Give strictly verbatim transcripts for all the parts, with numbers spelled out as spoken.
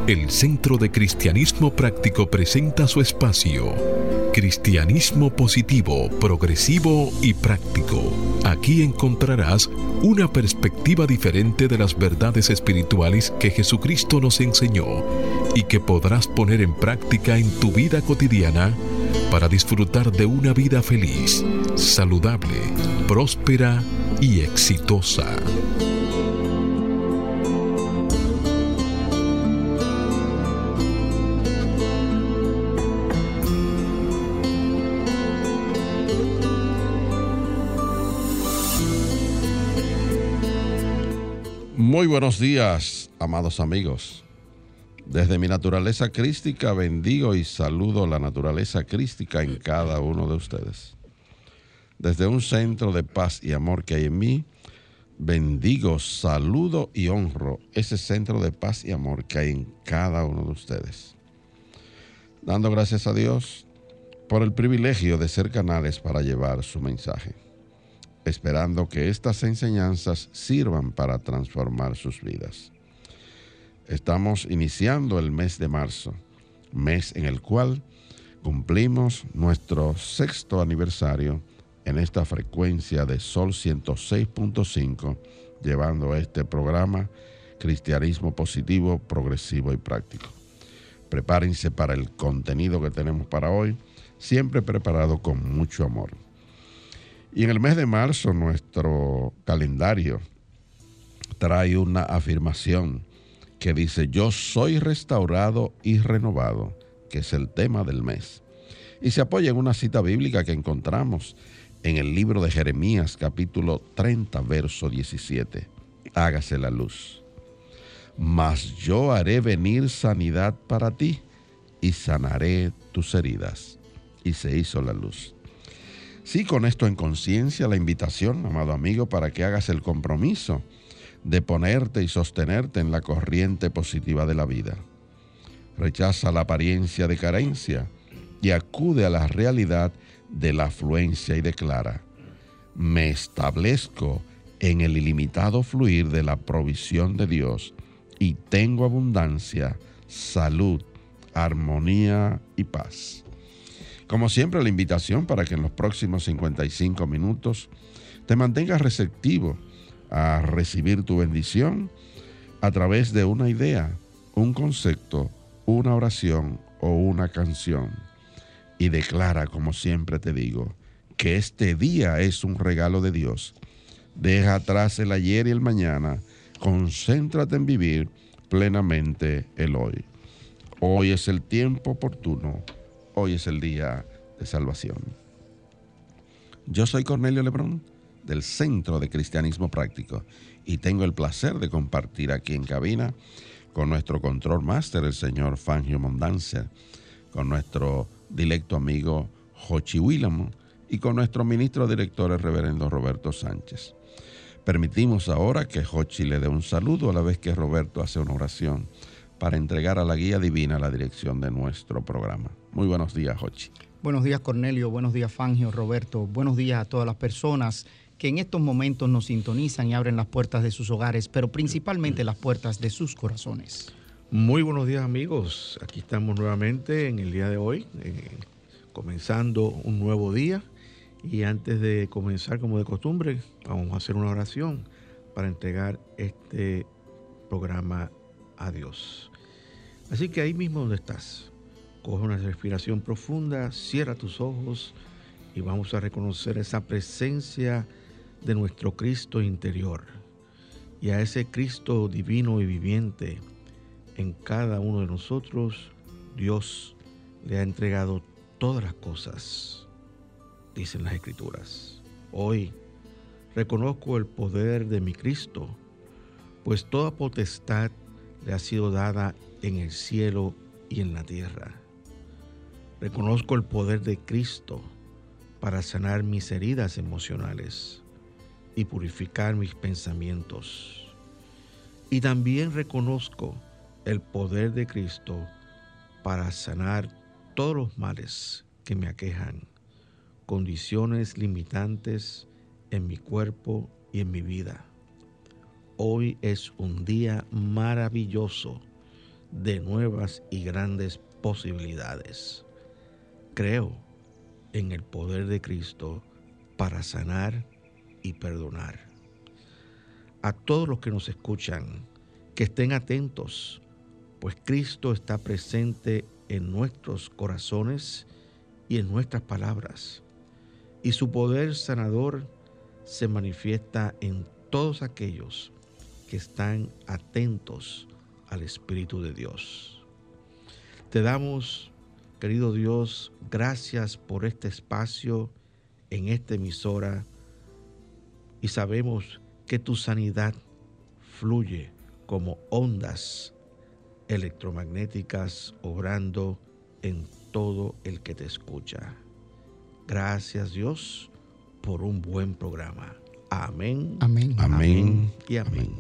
El Centro de Cristianismo Práctico presenta su espacio Cristianismo Positivo, Progresivo y Práctico. Aquí encontrarás una perspectiva diferente de las verdades espirituales que Jesucristo nos enseñó y que podrás poner en práctica en tu vida cotidiana para disfrutar de una vida feliz, saludable, próspera y exitosa. Muy buenos días, amados amigos. Desde mi naturaleza crística bendigo y saludo la naturaleza crística en cada uno de ustedes. Desde un centro de paz y amor que hay en mí, bendigo, saludo y honro ese centro de paz y amor que hay en cada uno de ustedes. Dando gracias a Dios por el privilegio de ser canales para llevar su mensaje, esperando que estas enseñanzas sirvan para transformar sus vidas. Estamos iniciando el mes de marzo, mes en el cual cumplimos nuestro sexto aniversario en esta frecuencia de Sol ciento seis punto cinco, llevando este programa Cristianismo Positivo, Progresivo y Práctico. Prepárense para el contenido que tenemos para hoy, siempre preparado con mucho amor. Y en el mes de marzo nuestro calendario trae una afirmación que dice: yo soy restaurado y renovado, que es el tema del mes. Y se apoya en una cita bíblica que encontramos en el libro de Jeremías, capítulo treinta, verso diecisiete. Hágase la luz. Mas yo haré venir sanidad para ti y sanaré tus heridas. Y se hizo la luz. Sí, con esto en conciencia, la invitación, amado amigo, para que hagas el compromiso de ponerte y sostenerte en la corriente positiva de la vida. Rechaza la apariencia de carencia y acude a la realidad de la afluencia y declara: me establezco en el ilimitado fluir de la provisión de Dios y tengo abundancia, salud, armonía y paz. Como siempre, la invitación para que en los próximos cincuenta y cinco minutos te mantengas receptivo a recibir tu bendición a través de una idea, un concepto, una oración o una canción. Y declara, como siempre te digo, que este día es un regalo de Dios. Deja atrás el ayer y el mañana. Concéntrate en vivir plenamente el hoy. Hoy es el tiempo oportuno. Hoy es el día de salvación. Yo soy Cornelio Lebrón, del Centro de Cristianismo Práctico, y tengo el placer de compartir aquí en cabina con nuestro control máster, el señor Fangio Mondanzer, con nuestro directo amigo Jochi Willamo y con nuestro ministro director, el reverendo Roberto Sánchez. Permitimos ahora que Jochi le dé un saludo a la vez que Roberto hace una oración para entregar a la guía divina la dirección de nuestro programa. Muy buenos días, Jochi. Buenos días, Cornelio. Buenos días, Fangio, Roberto. Buenos días a todas las personas que en estos momentos nos sintonizan y abren las puertas de sus hogares, pero principalmente las puertas de sus corazones. Muy buenos días, amigos. Aquí estamos nuevamente en el día de hoy, eh, comenzando un nuevo día. Y antes de comenzar, como de costumbre, vamos a hacer una oración para entregar este programa a Dios. Así que ahí mismo donde estás, coge una respiración profunda, cierra tus ojos y vamos a reconocer esa presencia de nuestro Cristo interior. Y a ese Cristo divino y viviente en cada uno de nosotros, Dios le ha entregado todas las cosas, dicen las Escrituras. Hoy reconozco el poder de mi Cristo, pues toda potestad le ha sido dada en el cielo y en la tierra. Reconozco el poder de Cristo para sanar mis heridas emocionales y purificar mis pensamientos. Y también reconozco el poder de Cristo para sanar todos los males que me aquejan, condiciones limitantes en mi cuerpo y en mi vida. Hoy es un día maravilloso de nuevas y grandes posibilidades. Creo en el poder de Cristo para sanar y perdonar. A todos los que nos escuchan, que estén atentos, pues Cristo está presente en nuestros corazones y en nuestras palabras, y su poder sanador se manifiesta en todos aquellos que están atentos al Espíritu de Dios. Te damos, querido Dios, gracias por este espacio en esta emisora, y sabemos que tu sanidad fluye como ondas electromagnéticas obrando en todo el que te escucha. Gracias, Dios, por un buen programa. Amén. Amén. Amén. Amén y amén.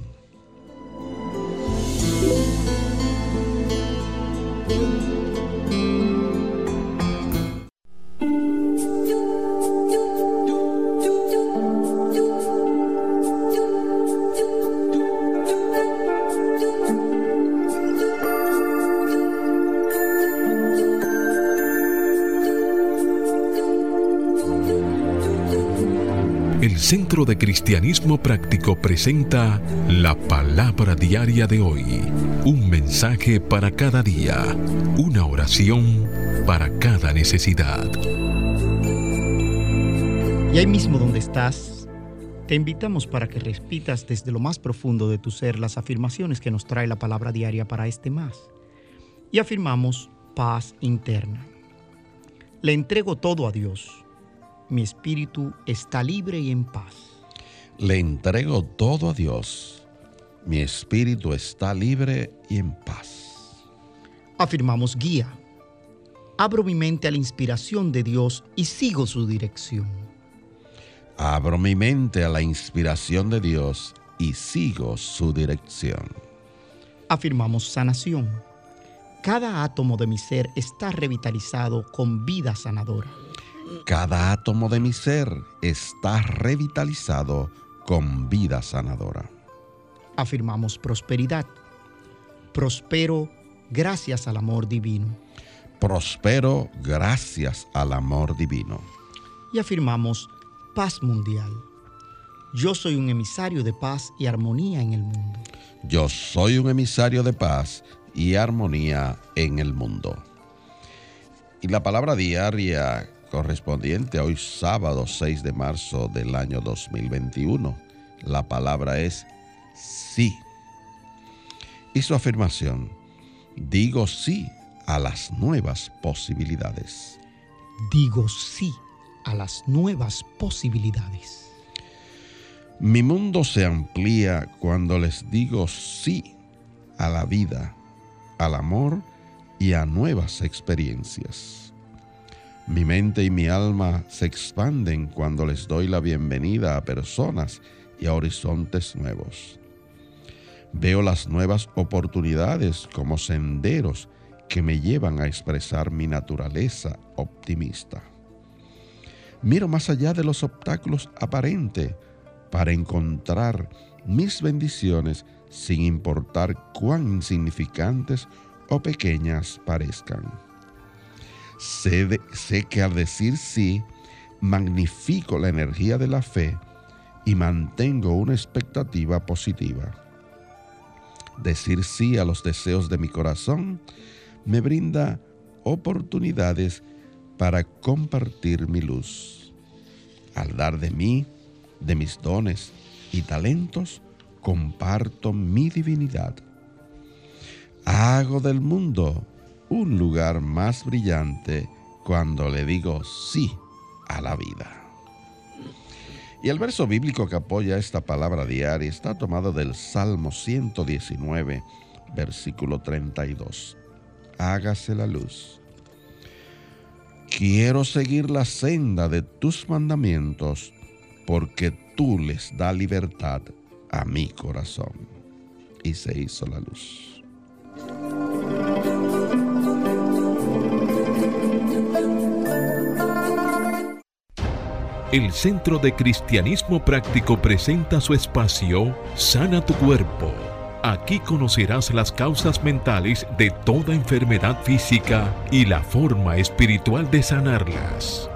El Centro de Cristianismo Práctico presenta la Palabra Diaria de hoy. Un mensaje para cada día. Una oración para cada necesidad. Y ahí mismo donde estás, te invitamos para que repitas desde lo más profundo de tu ser las afirmaciones que nos trae la Palabra Diaria para este mes. Y afirmamos paz interna. Le entrego todo a Dios. Mi espíritu está libre y en paz. Le entrego todo a Dios. Mi espíritu está libre y en paz. Afirmamos guía. Abro mi mente a la inspiración de Dios y sigo su dirección. Abro mi mente a la inspiración de Dios y sigo su dirección. Afirmamos sanación. Cada átomo de mi ser está revitalizado con vida sanadora. Cada átomo de mi ser está revitalizado con vida sanadora. Afirmamos prosperidad. Prospero gracias al amor divino. Prospero gracias al amor divino. Y afirmamos paz mundial. Yo soy un emisario de paz y armonía en el mundo. Yo soy un emisario de paz y armonía en el mundo. Y la palabra diaria correspondiente a hoy sábado seis de marzo del año dos mil veintiuno. La palabra es sí. Y su afirmación: digo sí a las nuevas posibilidades. Digo sí a las nuevas posibilidades. Mi mundo se amplía cuando les digo sí a la vida, al amor y a nuevas experiencias. Mi mente y mi alma se expanden cuando les doy la bienvenida a personas y a horizontes nuevos. Veo las nuevas oportunidades como senderos que me llevan a expresar mi naturaleza optimista. Miro más allá de los obstáculos aparentes para encontrar mis bendiciones sin importar cuán insignificantes o pequeñas parezcan. Sé, de, sé que al decir sí, magnifico la energía de la fe y mantengo una expectativa positiva. Decir sí a los deseos de mi corazón me brinda oportunidades para compartir mi luz. Al dar de mí, de mis dones y talentos, comparto mi divinidad. Hago del mundo un lugar más brillante cuando le digo sí a la vida. Y el verso bíblico que apoya esta palabra diaria está tomado del Salmo ciento diecinueve, versículo treinta y dos. Hágase la luz. Quiero seguir la senda de tus mandamientos, porque tú les das libertad a mi corazón. Y se hizo la luz. El Centro de Cristianismo Práctico presenta su espacio Sana tu Cuerpo. Aquí conocerás las causas mentales de toda enfermedad física y la forma espiritual de sanarlas.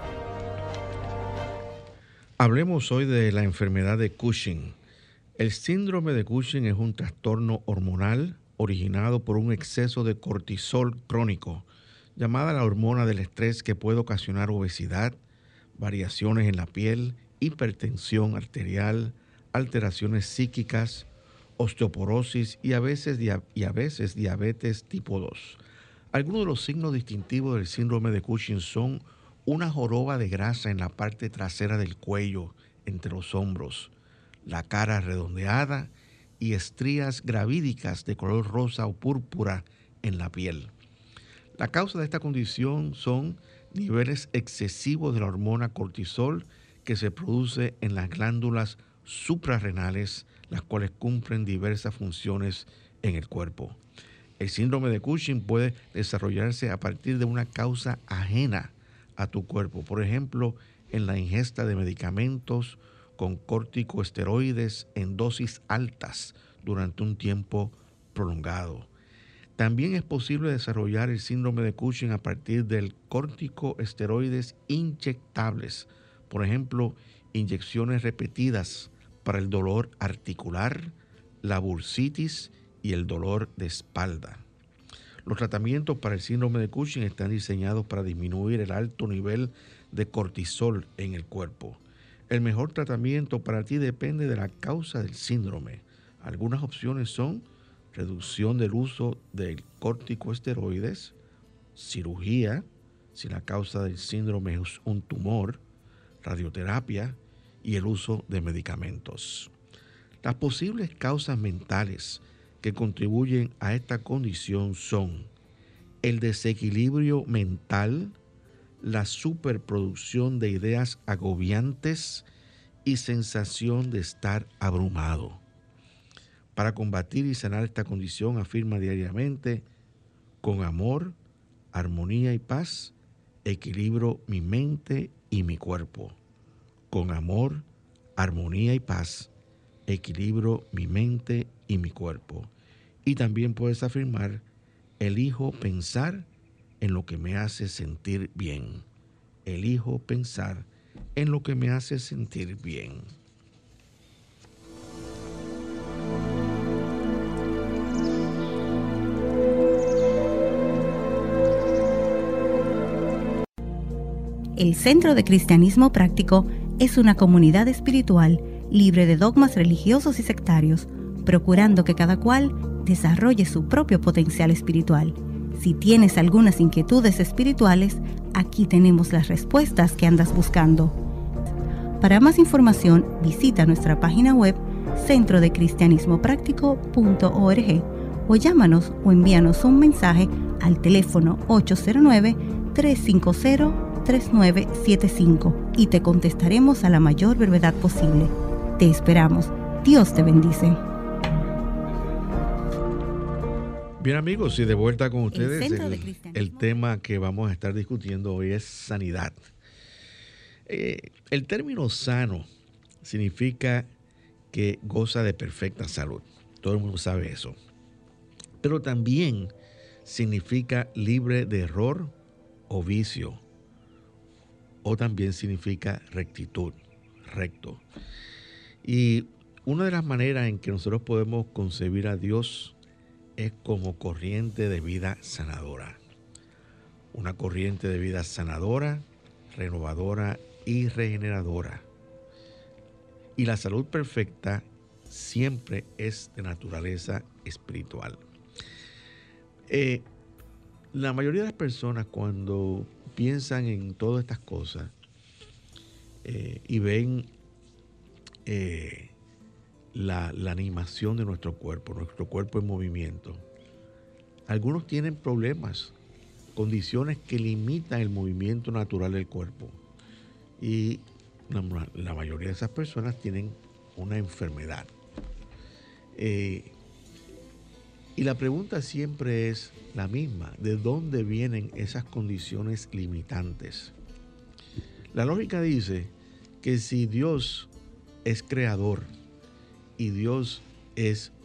Hablemos hoy de la enfermedad de Cushing. El síndrome de Cushing es un trastorno hormonal originado por un exceso de cortisol crónico, llamada la hormona del estrés, que puede ocasionar obesidad, variaciones en la piel, hipertensión arterial, alteraciones psíquicas, osteoporosis y a veces, y a veces diabetes tipo dos. Algunos de los signos distintivos del síndrome de Cushing son una joroba de grasa en la parte trasera del cuello, entre los hombros, la cara redondeada y estrías gravídicas de color rosa o púrpura en la piel. La causa de esta condición son niveles excesivos de la hormona cortisol que se produce en las glándulas suprarrenales, las cuales cumplen diversas funciones en el cuerpo. El síndrome de Cushing puede desarrollarse a partir de una causa ajena a tu cuerpo, por ejemplo, en la ingesta de medicamentos con corticosteroides en dosis altas durante un tiempo prolongado. También es posible desarrollar el síndrome de Cushing a partir del corticosteroides inyectables, por ejemplo, inyecciones repetidas para el dolor articular, la bursitis y el dolor de espalda. Los tratamientos para el síndrome de Cushing están diseñados para disminuir el alto nivel de cortisol en el cuerpo. El mejor tratamiento para ti depende de la causa del síndrome. Algunas opciones son reducción del uso de corticosteroides, cirugía, si la causa del síndrome es un tumor, radioterapia y el uso de medicamentos. Las posibles causas mentales que contribuyen a esta condición son el desequilibrio mental, la superproducción de ideas agobiantes y sensación de estar abrumado. Para combatir y sanar esta condición, afirma diariamente: con amor, armonía y paz, equilibro mi mente y mi cuerpo. Con amor, armonía y paz, equilibro mi mente y mi cuerpo. Y también puedes afirmar: elijo pensar en lo que me hace sentir bien. Elijo pensar en lo que me hace sentir bien. El Centro de Cristianismo Práctico es una comunidad espiritual libre de dogmas religiosos y sectarios, procurando que cada cual desarrolle su propio potencial espiritual. Si tienes algunas inquietudes espirituales, aquí tenemos las respuestas que andas buscando. Para más información, visita nuestra página web centro de cristianismo práctico punto org o llámanos o envíanos un mensaje al teléfono ocho cero nueve, tres cinco cero, tres nueve siete cinco y te contestaremos a la mayor brevedad posible. Te esperamos. Dios te bendice. Bien, amigos, y de vuelta con ustedes, El, el, el tema que vamos a estar discutiendo hoy es sanidad. Eh, el término sano significa que goza de perfecta salud. Todo el mundo sabe eso. Pero también significa libre de error o vicio. O también significa rectitud, recto. Y una de las maneras en que nosotros podemos concebir a Dios es como corriente de vida sanadora. Una corriente de vida sanadora, renovadora y regeneradora. Y la salud perfecta siempre es de naturaleza espiritual. Eh, la mayoría de las personas, cuando piensan en todas estas cosas eh, y ven eh, la, la animación de nuestro cuerpo, nuestro cuerpo en movimiento, algunos tienen problemas, condiciones que limitan el movimiento natural del cuerpo. Y la, la mayoría de esas personas tienen una enfermedad. Eh, y la pregunta siempre es la misma: ¿de dónde vienen esas condiciones limitantes? La lógica dice que si Dios es creador y Dios es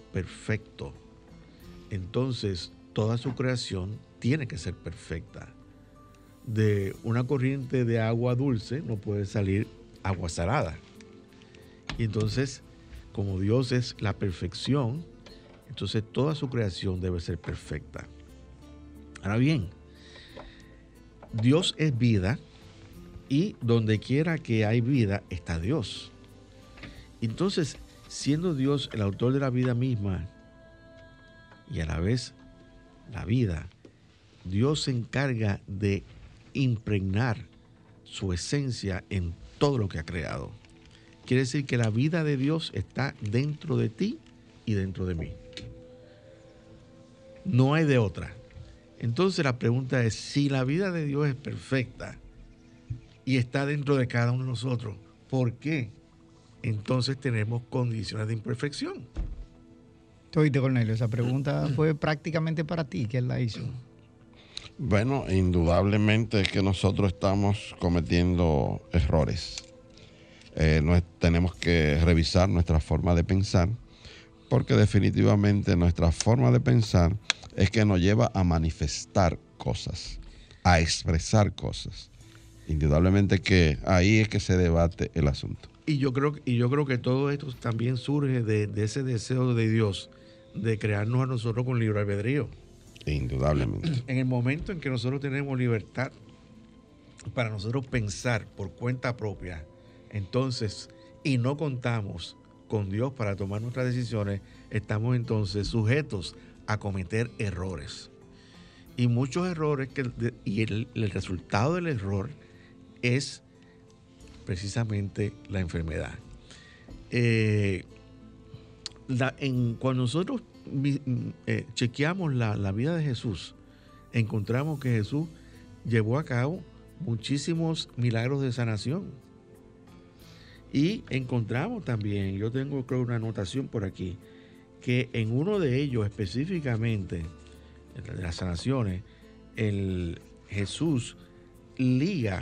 perfecto, entonces toda su creación tiene que ser perfecta. De una corriente de agua dulce no puede salir agua salada. Y entonces, como Dios es la perfección, entonces toda su creación debe ser perfecta. Ahora bien, Dios es vida y donde quiera que hay vida está Dios. Entonces, siendo Dios el autor de la vida misma y a la vez la vida, Dios se encarga de impregnar su esencia en todo lo que ha creado. Quiere decir que la vida de Dios está dentro de ti y dentro de mí. No hay de otra. Entonces la pregunta es, si la vida de Dios es perfecta y está dentro de cada uno de nosotros, ¿por qué entonces tenemos condiciones de imperfección? Oíste, Cornelio, esa pregunta fue prácticamente para ti. ¿Quién la hizo? Bueno, indudablemente es que nosotros estamos cometiendo errores. Eh, no es, tenemos que revisar nuestra forma de pensar, porque definitivamente nuestra forma de pensar es que nos lleva a manifestar cosas, a expresar cosas. Indudablemente que ahí es que se debate el asunto. Y yo creo, y yo creo que todo esto también surge de, de ese deseo de Dios de crearnos a nosotros con libre albedrío. Indudablemente. En el momento en que nosotros tenemos libertad para nosotros pensar por cuenta propia, entonces, y no contamos con Dios para tomar nuestras decisiones, estamos entonces sujetos a cometer errores. Y muchos errores, que, y el, el resultado del error es precisamente la enfermedad. Eh, la, en, cuando nosotros eh, chequeamos la, la vida de Jesús, encontramos que Jesús llevó a cabo muchísimos milagros de sanación. Y encontramos también, yo tengo creo una anotación por aquí, que en uno de ellos específicamente, de las sanaciones, el Jesús liga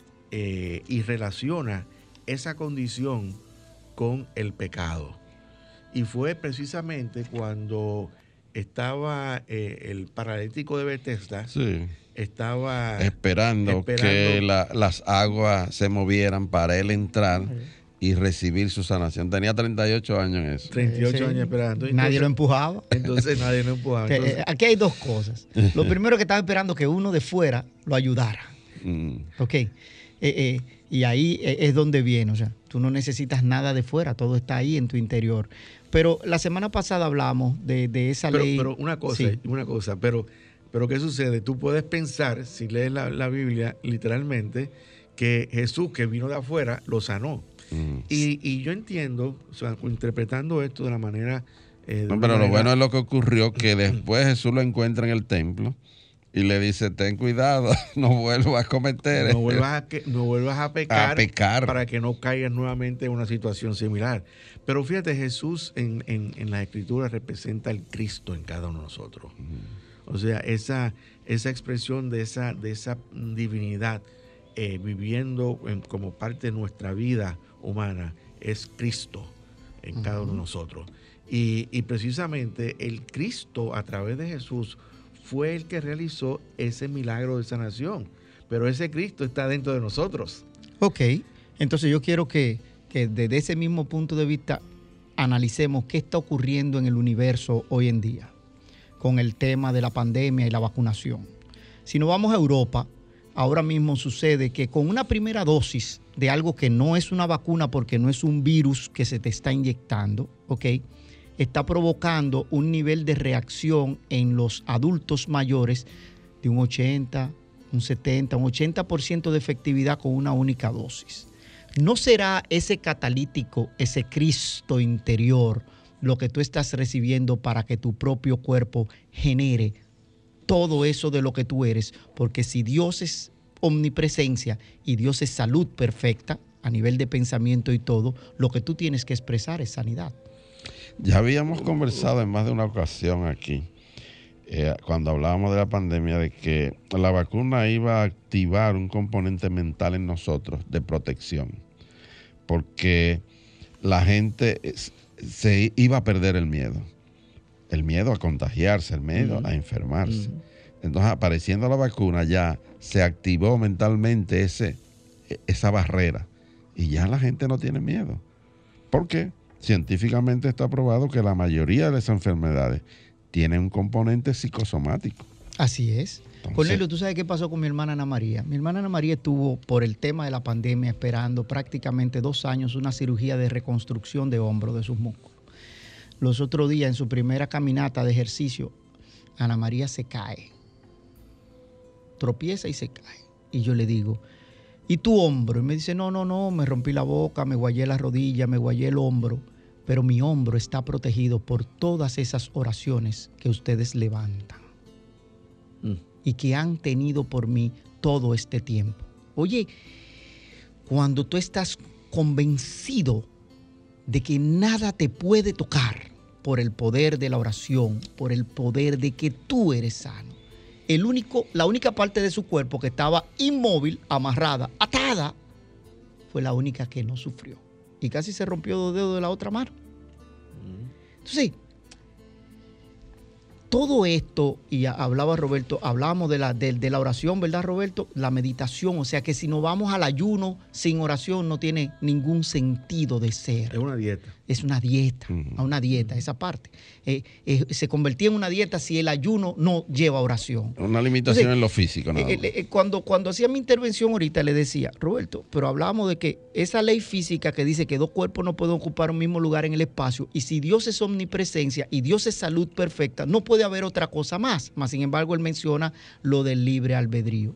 eh, y relaciona esa condición con el pecado. Y fue precisamente cuando estaba eh, el paralítico de Bethesda, sí. estaba esperando, esperando que la, las aguas se movieran para él entrar sí. y recibir su sanación. Tenía treinta y ocho años en eso. treinta y ocho sí. años esperando. Entonces, nadie lo empujaba. Entonces nadie lo empujaba. Entonces, aquí hay dos cosas. Lo primero, que estaba esperando que uno de fuera lo ayudara. Mm. Ok. Eh, eh, y ahí es donde viene. O sea, tú no necesitas nada de fuera. Todo está ahí en tu interior. Pero la semana pasada hablamos de, de esa pero, ley. Pero una cosa, sí. una cosa, pero... Pero ¿qué sucede? Tú puedes pensar, si lees la, la Biblia literalmente, que Jesús, que vino de afuera, lo sanó. Mm. Y, y yo entiendo, o sea, interpretando esto de la manera... Eh, de no, pero manera, lo bueno es lo que ocurrió, que después Jesús lo encuentra en el templo y le dice, ten cuidado, no vuelvas a cometer. No vuelvas a, que, no vuelvas a pecar, a pecar para que no caigas nuevamente en una situación similar. Pero fíjate, Jesús en, en, en la Escritura representa al Cristo en cada uno de nosotros. Mm. O sea, esa, esa expresión de esa, de esa divinidad eh, viviendo en, como parte de nuestra vida humana es Cristo en uh-huh. cada uno de nosotros. Y, y precisamente el Cristo a través de Jesús fue el que realizó ese milagro de sanación. Pero ese Cristo está dentro de nosotros. Ok, entonces yo quiero que, que desde ese mismo punto de vista analicemos qué está ocurriendo en el universo hoy en día con el tema de la pandemia y la vacunación. Si nos vamos a Europa, ahora mismo sucede que con una primera dosis de algo que no es una vacuna porque no es un virus que se te está inyectando, ¿ok?, está provocando un nivel de reacción en los adultos mayores de un ochenta, un setenta, un ochenta por ciento de efectividad con una única dosis. ¿No será ese catalítico, ese Cristo interior, lo que tú estás recibiendo para que tu propio cuerpo genere todo eso de lo que tú eres? Porque si Dios es omnipresencia y Dios es salud perfecta a nivel de pensamiento y todo, lo que tú tienes que expresar es sanidad. Ya habíamos conversado en más de una ocasión aquí, eh, cuando hablábamos de la pandemia, de que la vacuna iba a activar un componente mental en nosotros de protección, porque la gente es, se iba a perder el miedo. el miedo a contagiarse, el miedo uh-huh. a enfermarse. Uh-huh. Entonces, apareciendo la vacuna, ya se activó mentalmente ese, esa barrera y ya la gente no tiene miedo. ¿Por qué? Científicamente está probado que la mayoría de esas enfermedades tienen un componente psicosomático. Así es. Entonces, Cornelio, ¿tú sabes qué pasó con mi hermana Ana María? Mi hermana Ana María estuvo, por el tema de la pandemia, esperando prácticamente dos años una cirugía de reconstrucción de hombro de sus músculos. Los otros días, en su primera caminata de ejercicio, Ana María se cae. Tropieza y se cae. Y yo le digo, ¿y tu hombro? Y me dice, no, no, no, me rompí la boca, me guayé la rodilla, me guayé el hombro, pero mi hombro está protegido por todas esas oraciones que ustedes levantan mm. y que han tenido por mí todo este tiempo. Oye, cuando tú estás convencido de que nada te puede tocar por el poder de la oración, por el poder de que tú eres sano, El único, la única parte de su cuerpo que estaba inmóvil, amarrada, atada, fue la única que no sufrió. Y casi se rompió dos dedos de la otra mano. Entonces, todo esto, y hablaba Roberto, hablábamos de la, de, de la oración, ¿verdad, Roberto? La meditación, o sea que si nos vamos al ayuno sin oración no tiene ningún sentido de ser. Es una dieta. Es una dieta, uh-huh. a una dieta, esa parte. Eh, eh, se convertía en una dieta si el ayuno no lleva oración. Una limitación Entonces, en lo físico, ¿no? Eh, eh, cuando, cuando hacía mi intervención ahorita le decía, Roberto, pero hablábamos de que esa ley física que dice que dos cuerpos no pueden ocupar un mismo lugar en el espacio, y si Dios es omnipresencia y Dios es salud perfecta, no puede haber otra cosa más. Más sin embargo, él menciona lo del libre albedrío.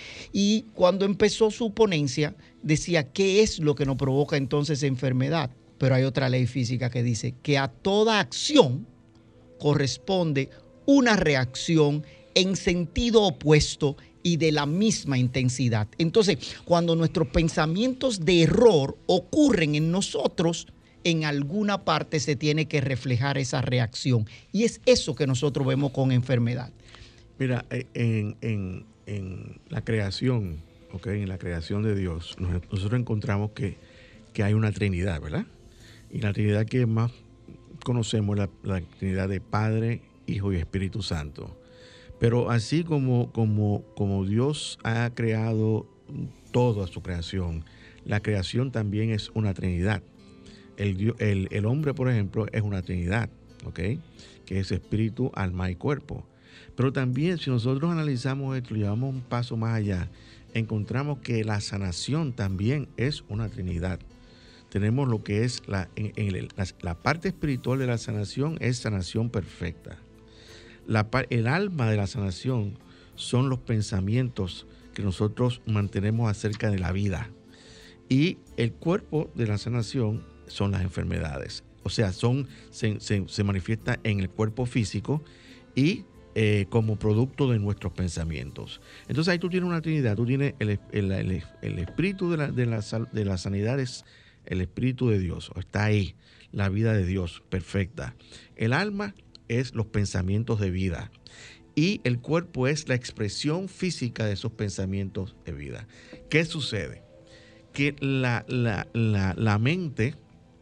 Y cuando empezó su ponencia, decía, ¿qué es lo que nos provoca entonces enfermedad? Pero hay otra ley física que dice que a toda acción corresponde una reacción en sentido opuesto y de la misma intensidad. Entonces, cuando nuestros pensamientos de error ocurren en nosotros, en alguna parte se tiene que reflejar esa reacción. Y es eso que nosotros vemos con enfermedad. Mira, en, en, en la creación, ¿okay? En la creación de Dios, nosotros encontramos que, que hay una Trinidad, ¿verdad? Y la Trinidad que más conocemos es la, la Trinidad de Padre, Hijo y Espíritu Santo. Pero así como, como, como Dios ha creado toda su creación, la creación también es una Trinidad. El, el, el hombre, por ejemplo, es una Trinidad, ¿ok? Que es espíritu, alma y cuerpo. Pero también, si nosotros analizamos esto, llevamos un paso más allá, encontramos que la sanación también es una Trinidad. Tenemos lo que es la, en, en el, la, la parte espiritual de la sanación es sanación perfecta. La, el alma de la sanación son los pensamientos que nosotros mantenemos acerca de la vida. Y el cuerpo de la sanación son las enfermedades. O sea, son, se, se, se manifiesta en el cuerpo físico y eh, como producto de nuestros pensamientos. Entonces ahí tú tienes una trinidad. Tú tienes el, el, el, el espíritu de la, de, la, de la sanidad, es el espíritu de Dios. Está ahí, la vida de Dios perfecta. El alma es los pensamientos de vida. Y el cuerpo es la expresión física de esos pensamientos de vida. ¿Qué sucede? Que la, la, la, la mente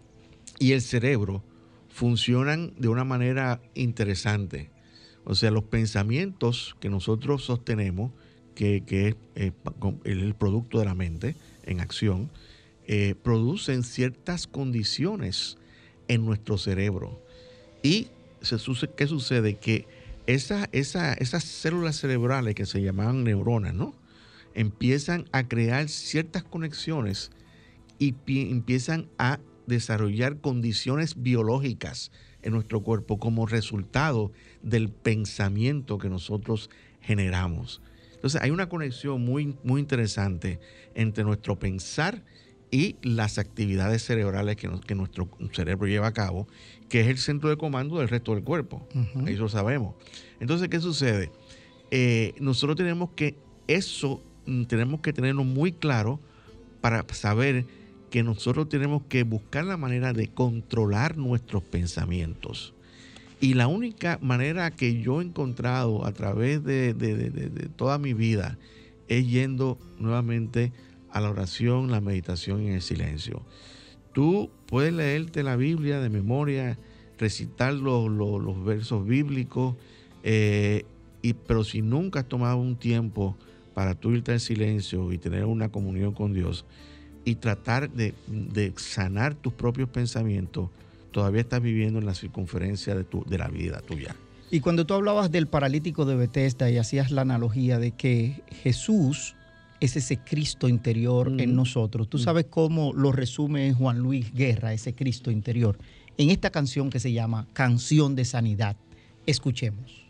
y el cerebro funcionan de una manera interesante. O sea, los pensamientos que nosotros sostenemos, que, que es eh, el producto de la mente en acción, eh, producen ciertas condiciones en nuestro cerebro. Y se, ¿qué sucede? Que esa, esa, esas células cerebrales que se llamaban neuronas, ¿no?, empiezan a crear ciertas conexiones y pi- empiezan a desarrollar condiciones biológicas en nuestro cuerpo como resultado del pensamiento que nosotros generamos. Entonces hay una conexión muy, muy interesante entre nuestro pensar y las actividades cerebrales que, nos, que nuestro cerebro lleva a cabo, que es el centro de comando del resto del cuerpo. Uh-huh. Eso lo sabemos. Entonces, ¿qué sucede? Eh, nosotros tenemos que eso tenemos que tenerlo muy claro para saber que nosotros tenemos que buscar la manera de controlar nuestros pensamientos. Y la única manera que yo he encontrado a través de, de, de, de, de toda mi vida es yendo nuevamente a la oración, la meditación y el silencio. Tú puedes leerte la Biblia de memoria recitar los, los, los versos bíblicos, eh, y, pero si nunca has tomado un tiempo para tú irte al silencio y tener una comunión con Dios y tratar de, de sanar tus propios pensamientos, todavía estás viviendo en la circunferencia de, tu, de la vida tuya. Y cuando tú hablabas del paralítico de Betesda y hacías la analogía de que Jesús es ese Cristo interior mm. en nosotros, tú mm. sabes cómo lo resume Juan Luis Guerra, ese Cristo interior, en esta canción que se llama Canción de Sanidad. Escuchemos.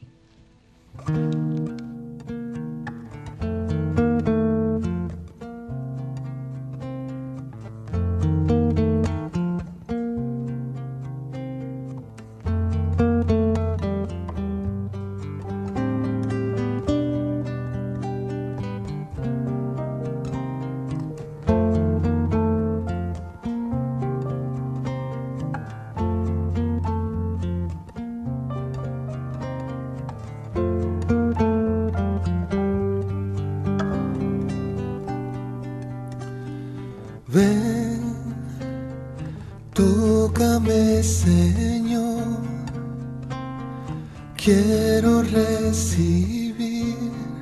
Ven, tócame, Señor, quiero recibir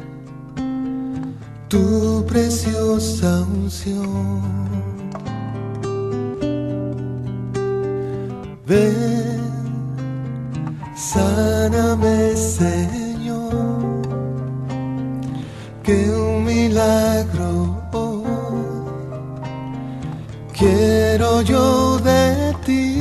tu preciosa unción. Ven, sáname, Señor, que un milagro quiero yo de ti.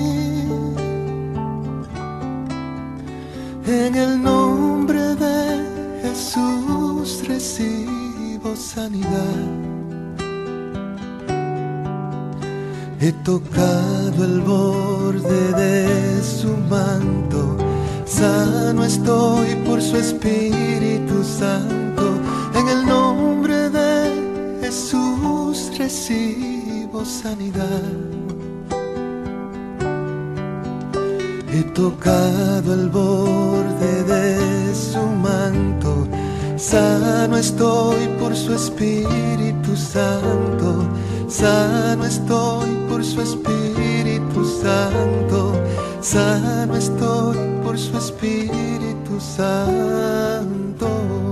En el nombre de Jesús recibo sanidad. He tocado el borde de su manto, sano estoy por su Espíritu Santo. En el nombre de Jesús recibo sanidad. He tocado el borde de su manto, sano estoy por su Espíritu Santo. Sano estoy por su Espíritu Santo. Sano estoy por su Espíritu Santo.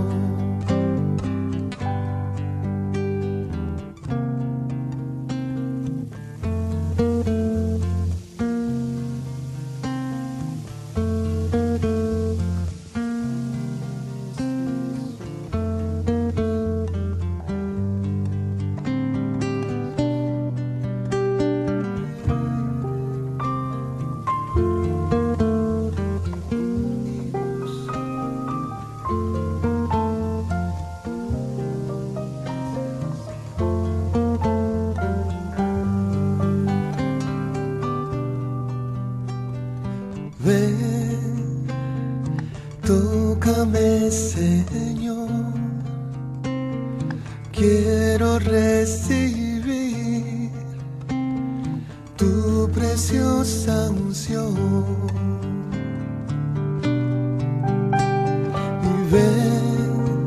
Ven, tócame, Señor, quiero recibir tu preciosa unción. Y ven,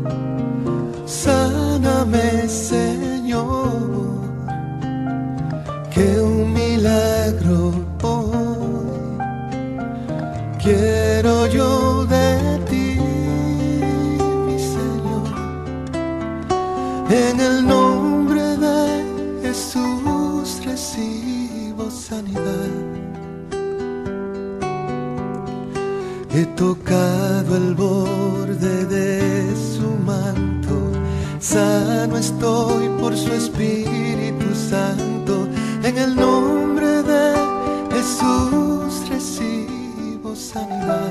sáname, Señor, que un milagro quiero yo de ti, mi Señor. En el nombre de Jesús recibo sanidad. He tocado el borde de su manto, sano estoy por su Espíritu Santo. En el nombre de Jesús recibo sanidad.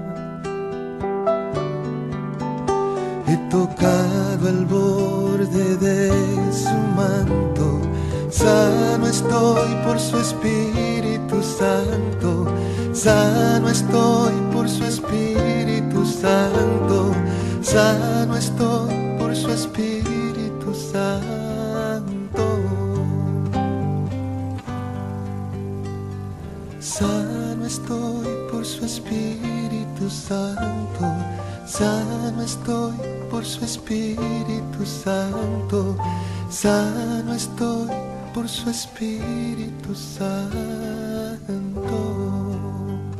He tocado el borde de su manto, sano estoy por su Espíritu Santo. Sano estoy por su Espíritu Santo. Sano estoy por su Espíritu Santo. Sano estoy por su Espíritu Santo. Sano estoy por su Espíritu Santo. Sano estoy por su Espíritu Santo.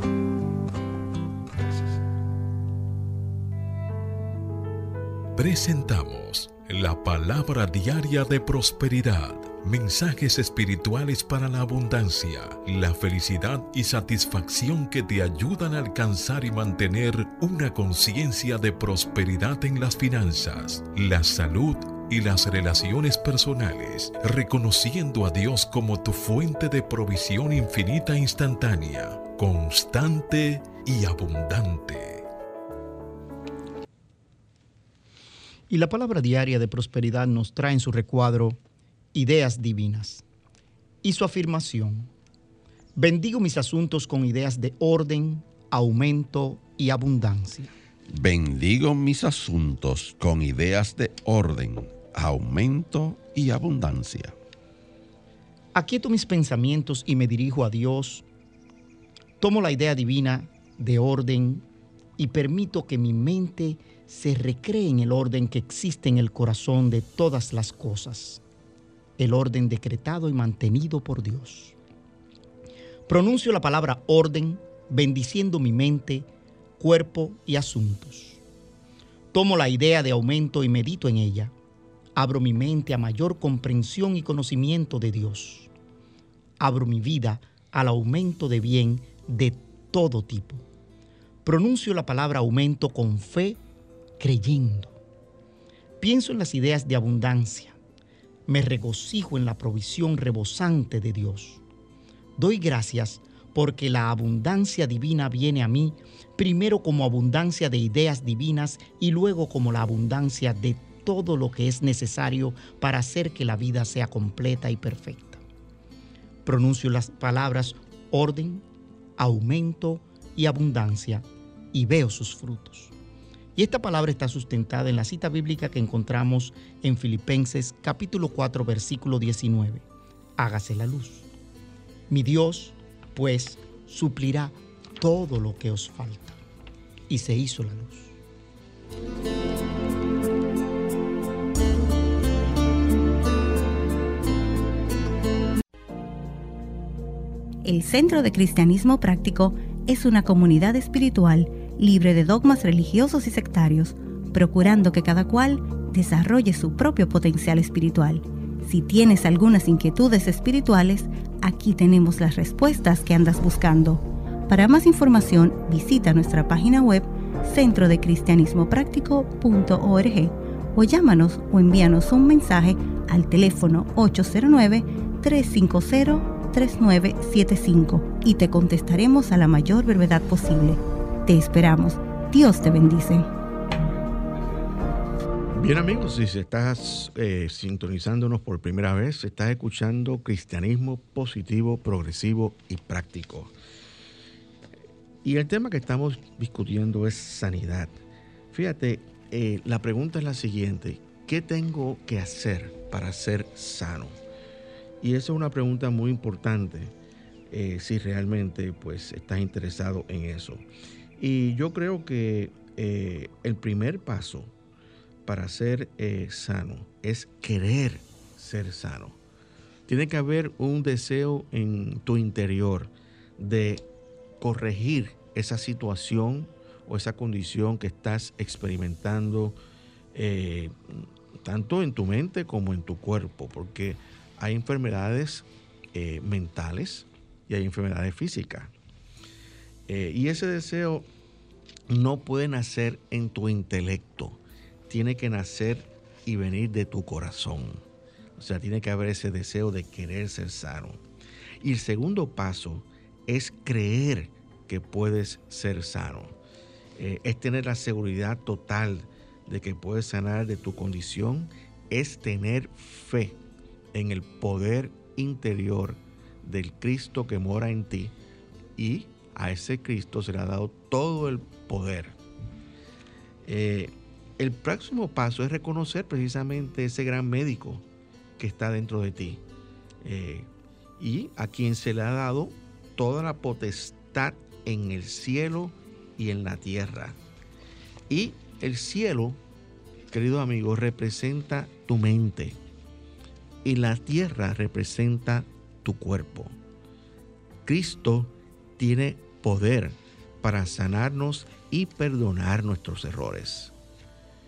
Presentamos la palabra diaria de prosperidad. Mensajes espirituales para la abundancia, la felicidad y satisfacción que te ayudan a alcanzar y mantener una conciencia de prosperidad en las finanzas, la salud y las relaciones personales, reconociendo a Dios como tu fuente de provisión infinita e instantánea, constante y abundante. Y la palabra diaria de prosperidad nos trae en su recuadro ideas divinas. Y su afirmación: bendigo mis asuntos con ideas de orden, aumento y abundancia. Bendigo mis asuntos con ideas de orden, aumento y abundancia. Aquieto mis pensamientos y me dirijo a Dios. Tomo la idea divina de orden y permito que mi mente se recree en el orden que existe en el corazón de todas las cosas, el orden decretado y mantenido por Dios. Pronuncio la palabra orden, bendiciendo mi mente, cuerpo y asuntos. Tomo la idea de aumento y medito en ella. Abro mi mente a mayor comprensión y conocimiento de Dios. Abro mi vida al aumento de bien de todo tipo. Pronuncio la palabra aumento con fe, creyendo. Pienso en las ideas de abundancia. Me regocijo en la provisión rebosante de Dios. Doy gracias porque la abundancia divina viene a mí, primero como abundancia de ideas divinas y luego como la abundancia de todo lo que es necesario para hacer que la vida sea completa y perfecta. Pronuncio las palabras orden, aumento y abundancia y veo sus frutos. Y esta palabra está sustentada en la cita bíblica que encontramos en Filipenses capítulo cuatro, versículo diecinueve. Hágase la luz. Mi Dios, pues, suplirá todo lo que os falta. Y se hizo la luz. El Centro de Cristianismo Práctico es una comunidad espiritual libre de dogmas religiosos y sectarios, procurando que cada cual desarrolle su propio potencial espiritual. Si tienes algunas inquietudes espirituales, aquí tenemos las respuestas que andas buscando. Para más información, visita nuestra página web centro de cristianismo práctico punto org o llámanos o envíanos un mensaje al teléfono ocho cero nueve, tres cinco cero, tres nueve siete cinco y te contestaremos a la mayor brevedad posible. Te esperamos. Dios te bendice. Bien, amigos, si estás eh, sintonizándonos por primera vez, estás escuchando Cristianismo Positivo, Progresivo y Práctico. Y el tema que estamos discutiendo es sanidad. Fíjate, eh, la pregunta es la siguiente: ¿qué tengo que hacer para ser sano? Y esa es una pregunta muy importante, eh, si realmente pues, estás interesado en eso. Y yo creo que eh, el primer paso para ser eh, sano es querer ser sano. Tiene que haber un deseo en tu interior de corregir esa situación o esa condición que estás experimentando, eh, tanto en tu mente como en tu cuerpo, porque hay enfermedades eh, mentales y hay enfermedades físicas. Eh, y ese deseo no puede nacer en tu intelecto, tiene que nacer y venir de tu corazón. O sea, tiene que haber ese deseo de querer ser sano. Y el segundo paso es creer que puedes ser sano. Eh, es tener la seguridad total de que puedes sanar de tu condición, es tener fe en el poder interior del Cristo que mora en ti, y a ese Cristo se le ha dado todo el poder. Eh, el próximo paso es reconocer precisamente ese gran médico que está dentro de ti, eh, y a quien se le ha dado toda la potestad en el cielo y en la tierra. Y el cielo, querido amigo, representa tu mente, y la tierra representa tu cuerpo. Cristo tiene poder para sanarnos y perdonar nuestros errores.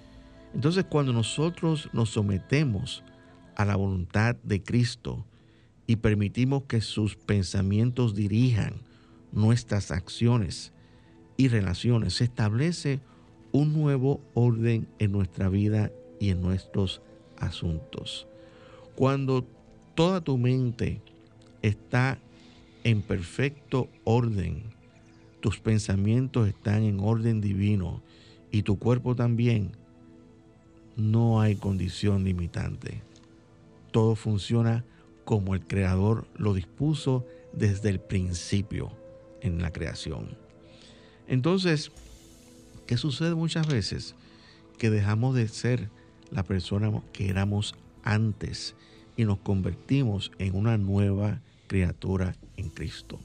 Entonces, cuando nosotros nos sometemos a la voluntad de Cristo y permitimos que sus pensamientos dirijan nuestras acciones y relaciones, se establece un nuevo orden en nuestra vida y en nuestros asuntos. Cuando toda tu mente está en perfecto orden, tus pensamientos están en orden divino y tu cuerpo también, no hay condición limitante. Todo funciona como el Creador lo dispuso desde el principio en la creación. Entonces, ¿qué sucede muchas veces? Que dejamos de ser la persona que éramos antes y nos convertimos en una nueva criatura en Cristo.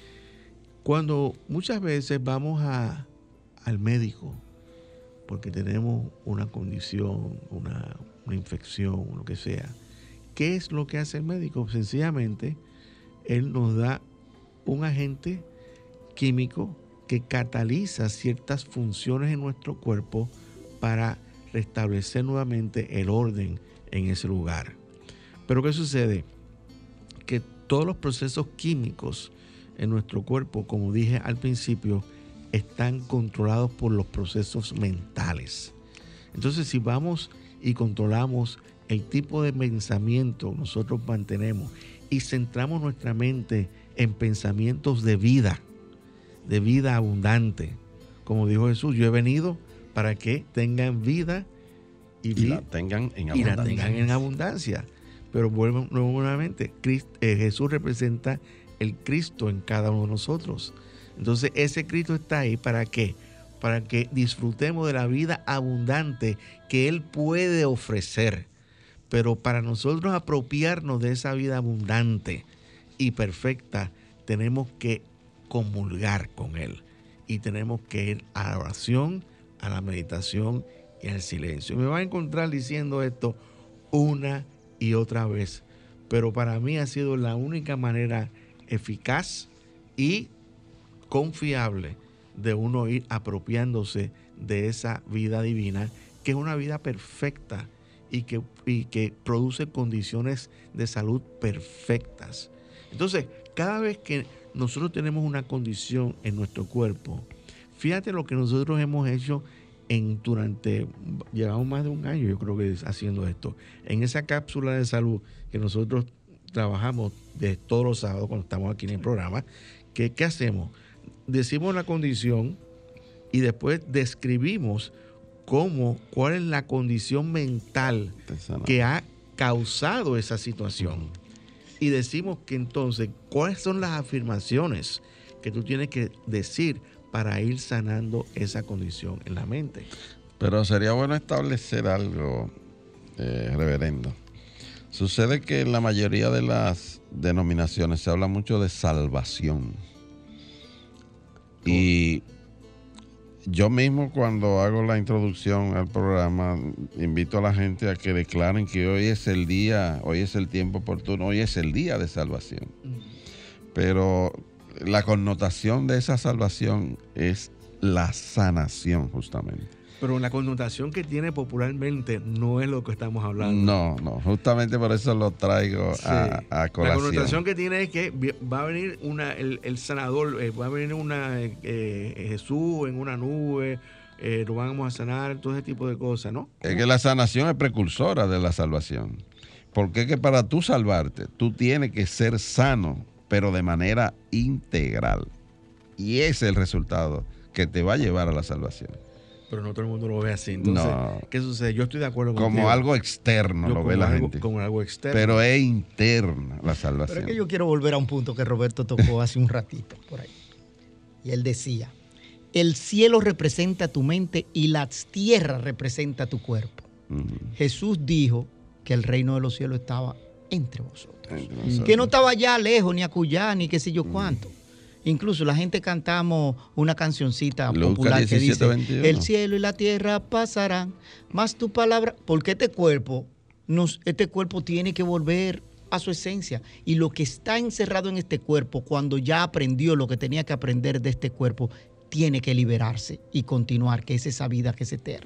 Cuando muchas veces vamos a, al médico porque tenemos una condición, una, una infección, lo que sea, ¿qué es lo que hace el médico? Sencillamente, él nos da un agente químico que cataliza ciertas funciones en nuestro cuerpo para restablecer nuevamente el orden en ese lugar. Pero ¿qué sucede? Que todos los procesos químicos en nuestro cuerpo, como dije al principio, están controlados por los procesos mentales. Entonces, si vamos y controlamos el tipo de pensamiento que nosotros mantenemos y centramos nuestra mente en pensamientos de vida, de vida abundante, como dijo Jesús, yo he venido para que tengan vida y, y vi- la tengan en y abundancia. la tengan en abundancia. Pero vuelvo nuevamente, Cristo, eh, Jesús representa el Cristo en cada uno de nosotros. Entonces ese Cristo está ahí ¿para qué? Para que disfrutemos de la vida abundante que Él puede ofrecer. Pero para nosotros apropiarnos de esa vida abundante y perfecta, tenemos que comulgar con Él. Y tenemos que ir a la oración, a la meditación y al silencio. Me va a encontrar diciendo esto una y otra vez. Pero para mí ha sido la única manera eficaz y confiable de uno ir apropiándose de esa vida divina, que es una vida perfecta y que, y que produce condiciones de salud perfectas. Entonces, cada vez que nosotros tenemos una condición en nuestro cuerpo, fíjate lo que nosotros hemos hecho en durante, llevamos más de un año, yo creo que haciendo esto, en esa cápsula de salud que nosotros trabajamos de todos los sábados cuando estamos aquí en el programa. ¿Qué, qué hacemos? Decimos la condición y después describimos cómo, cuál es la condición mental que ha causado esa situación. Y decimos que entonces, ¿cuáles son las afirmaciones que tú tienes que decir para ir sanando esa condición en la mente? Pero sería bueno establecer algo, eh, reverendo. Sucede que en la mayoría de las denominaciones se habla mucho de salvación. Y yo mismo, cuando hago la introducción al programa, invito a la gente a que declaren que hoy es el día, hoy es el tiempo oportuno, hoy es el día de salvación. Pero la connotación de esa salvación es la sanación, justamente. Pero la connotación que tiene popularmente no es lo que estamos hablando. No, no, justamente por eso lo traigo Sí. a, a colación. La connotación que tiene es que va a venir una, el, el sanador, eh, va a venir una eh, Jesús en una nube, eh, lo vamos a sanar, todo ese tipo de cosas, ¿no? Es que la sanación es precursora de la salvación. Porque es que para tú salvarte, tú tienes que ser sano, pero de manera integral. Y ese es el resultado que te va a llevar a la salvación. Pero no todo el mundo lo ve así. Entonces, No. ¿qué sucede? Yo estoy de acuerdo contigo. Como algo externo Yo lo como ve la algo- gente. Como algo externo. Pero es interna la Pero salvación. es que yo quiero volver a un punto que Roberto tocó hace un ratito por ahí. Y él decía, el cielo representa tu mente y la tierra representa tu cuerpo. Ujú. Jesús dijo que el reino de los cielos estaba entre vosotros. Entre nosotros. Que no estaba allá lejos, ni acullá, ni qué sé yo cuánto. Incluso la gente cantamos una cancioncita Lucas popular que diecisiete, dice, veintiuno. el cielo y la tierra pasarán, más tu palabra, porque este cuerpo, nos, este cuerpo tiene que volver a su esencia. Y lo que está encerrado en este cuerpo, cuando ya aprendió lo que tenía que aprender de este cuerpo, tiene que liberarse y continuar, que es esa vida que es eterna.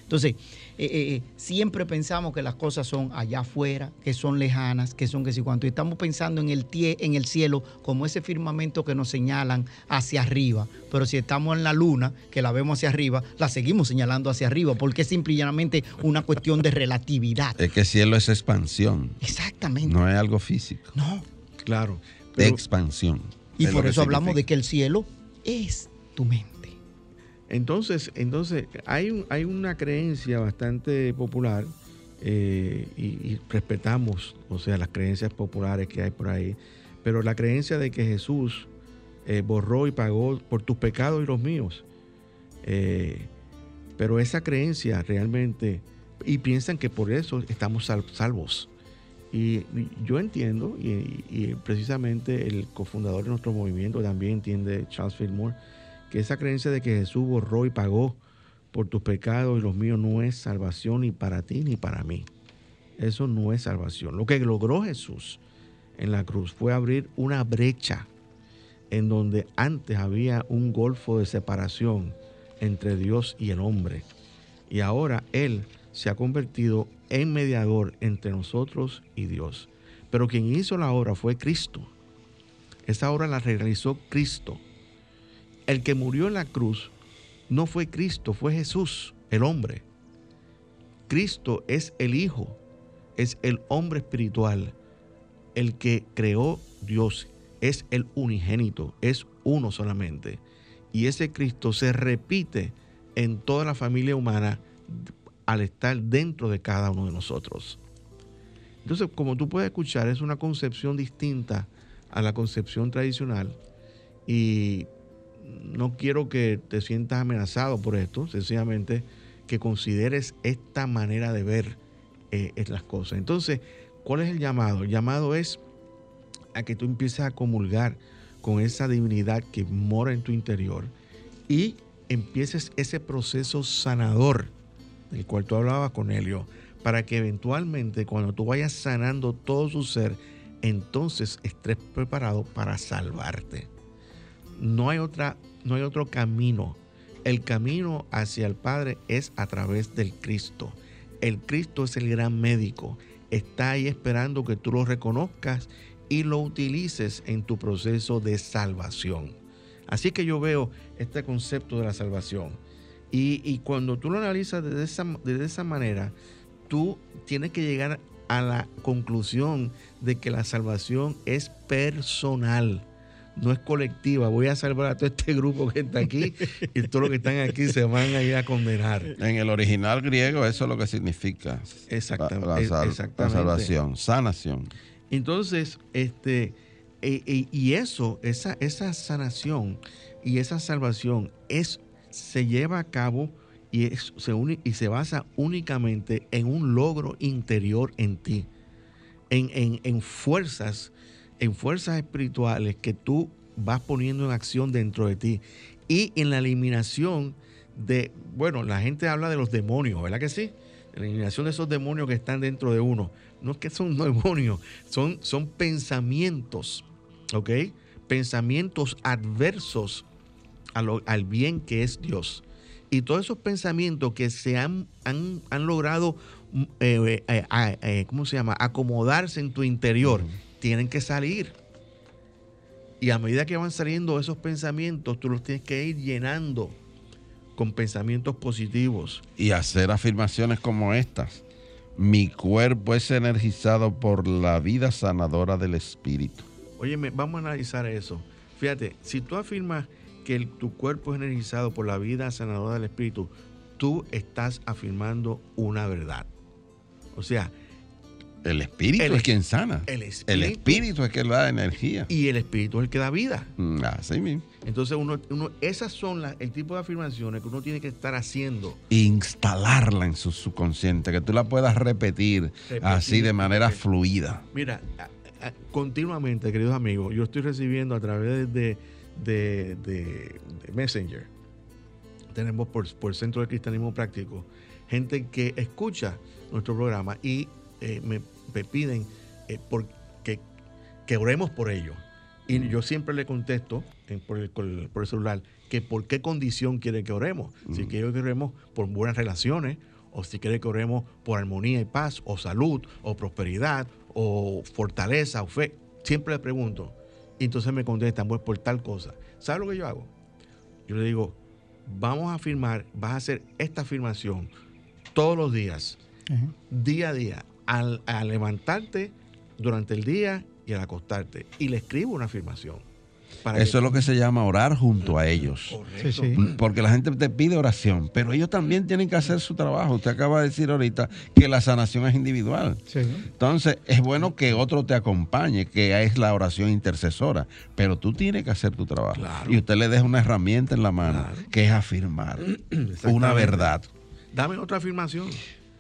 Entonces, eh, eh, siempre pensamos que las cosas son allá afuera, que son lejanas, que son que si cuánto. Y estamos pensando en el, tie, en el cielo como ese firmamento que nos señalan hacia arriba. Pero si estamos en la luna, que la vemos hacia arriba, la seguimos señalando hacia arriba, porque es simple y llanamente una cuestión de relatividad. Es que el cielo es expansión. Exactamente. No es algo físico. No. Claro. Pero, expansión. Y por eso hablamos de que el cielo es tu mente. Entonces, entonces hay, un, hay una creencia bastante popular eh, y, y respetamos, o sea, las creencias populares que hay por ahí, pero la creencia de que Jesús eh, borró y pagó por tus pecados y los míos. Eh, pero esa creencia realmente, y piensan que por eso estamos sal, salvos. Y, y yo entiendo, y, y precisamente el cofundador de nuestro movimiento también entiende, Charles Fillmore, que esa creencia de que Jesús borró y pagó por tus pecados y los míos no es salvación ni para ti ni para mí. Eso no es salvación. Lo que logró Jesús en la cruz fue abrir una brecha en donde antes había un golfo de separación entre Dios y el hombre. Y ahora Él se ha convertido en mediador entre nosotros y Dios. Pero quien hizo la obra fue Cristo. Esa obra la realizó Cristo. El que murió en la cruz no fue Cristo, fue Jesús, el hombre. Cristo es el Hijo, es el hombre espiritual, el que creó Dios, es el unigénito, es uno solamente. Y ese Cristo se repite en toda la familia humana al estar dentro de cada uno de nosotros. Entonces, como tú puedes escuchar, es una concepción distinta a la concepción tradicional y no quiero que te sientas amenazado por esto, sencillamente que consideres esta manera de ver eh, las cosas. Entonces, ¿cuál es el llamado? El llamado es a que tú empieces a comulgar con esa divinidad que mora en tu interior y empieces ese proceso sanador del cual tú hablabas, Cornelio, para que eventualmente cuando tú vayas sanando todo su ser, entonces estés preparado para salvarte. No hay otra, no hay otro camino. El camino hacia el Padre es a través del Cristo. El Cristo es el gran médico. Está ahí esperando que tú lo reconozcas y lo utilices en tu proceso de salvación. Así que yo veo este concepto de la salvación. Y, y cuando tú lo analizas de esa, de esa manera, tú tienes que llegar a la conclusión de que la salvación es personal. No es colectiva. Voy a salvar a todo este grupo que está aquí y todos los que están aquí se van a ir a condenar. En el original griego eso es lo que significa exactamente, la, la, sal, exactamente. la salvación, sanación. Entonces, este, e, e, y eso, esa, esa sanación y esa salvación es, se lleva a cabo y, es, se une, y se basa únicamente en un logro interior en ti, en, en, en fuerzas en fuerzas espirituales que tú vas poniendo en acción dentro de ti y en la eliminación de, bueno, la gente habla de los demonios, ¿verdad que sí? La eliminación de esos demonios que están dentro de uno. No es que son demonios, son, son pensamientos, ¿ok? Pensamientos adversos a lo, al bien que es Dios. Y todos esos pensamientos que se han, han, han logrado, eh, eh, eh, eh, ¿cómo se llama? Acomodarse en tu interior. Uh-huh. Tienen que salir. Y a medida que van saliendo esos pensamientos, tú los tienes que ir llenando con pensamientos positivos. Y hacer afirmaciones como estas. Mi cuerpo es energizado por la vida sanadora del Espíritu. Óyeme, vamos a analizar eso. Fíjate, si tú afirmas que el, tu cuerpo es energizado por la vida sanadora del Espíritu, tú estás afirmando una verdad. O sea, el espíritu el, es quien sana. El espíritu, el espíritu es quien da energía. Y el espíritu es el que da vida. Así mismo. Entonces, uno, uno, esas son las, el tipo de afirmaciones que uno tiene que estar haciendo. Instalarla en su subconsciente, que tú la puedas repetir, repetir así de manera repetir. fluida. Mira, a, a, continuamente, queridos amigos, yo estoy recibiendo a través de, de, de, de Messenger, tenemos por, por Centro de Cristianismo Práctico, gente que escucha nuestro programa y Eh, me, me piden eh, por, que, que oremos por ellos. Y mm. yo siempre le contesto eh, por, el, por el celular que por qué condición quieren que oremos. Mm. Si quieren que oremos por buenas relaciones o si quiere que oremos por armonía y paz, o salud, o prosperidad, o fortaleza, o fe. Siempre le pregunto. Y entonces me contestan, pues por tal cosa. ¿Sabe lo que yo hago? Yo le digo, vamos a afirmar, vas a hacer esta afirmación todos los días, uh-huh. día a día, al, al levantarte durante el día y al acostarte. Y le escribo una afirmación. Para Eso que... es lo que se llama orar junto a ellos. Sí, sí. Porque la gente te pide oración, pero ellos también tienen que hacer su trabajo. Usted acaba de decir ahorita que la sanación es individual. Sí. Entonces, es bueno que otro te acompañe, que es la oración intercesora, pero tú tienes que hacer tu trabajo. Claro. Y usted le deja una herramienta en la mano, claro. que es afirmar una verdad. Dame otra afirmación.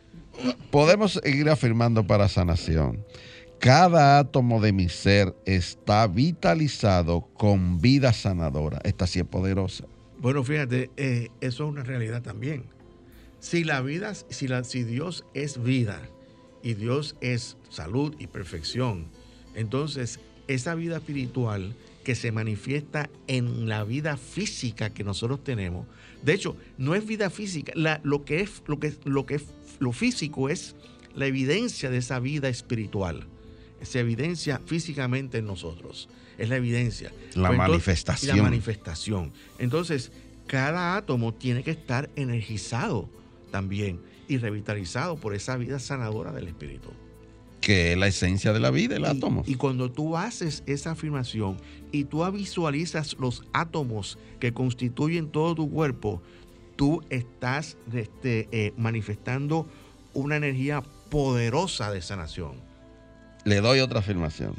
Podemos seguir afirmando para sanación. Cada átomo de mi ser está vitalizado con vida sanadora. Esta sí es poderosa. Bueno, fíjate, eh, eso es una realidad también. Si la vida, si, la, si Dios es vida y Dios es salud y perfección, entonces esa vida espiritual que se manifiesta en la vida física que nosotros tenemos, de hecho, no es vida física, la, lo que es, lo que, lo que es, lo físico es la evidencia de esa vida espiritual. Se evidencia físicamente en nosotros. Es la evidencia. La pues manifestación. Entonces, la manifestación. Entonces, cada átomo tiene que estar energizado también y revitalizado por esa vida sanadora del espíritu. Que es la esencia de la vida, el y, átomo. Y cuando tú haces esa afirmación y tú visualizas los átomos que constituyen todo tu cuerpo, tú estás este, eh, manifestando una energía poderosa de sanación. Le doy otra afirmación.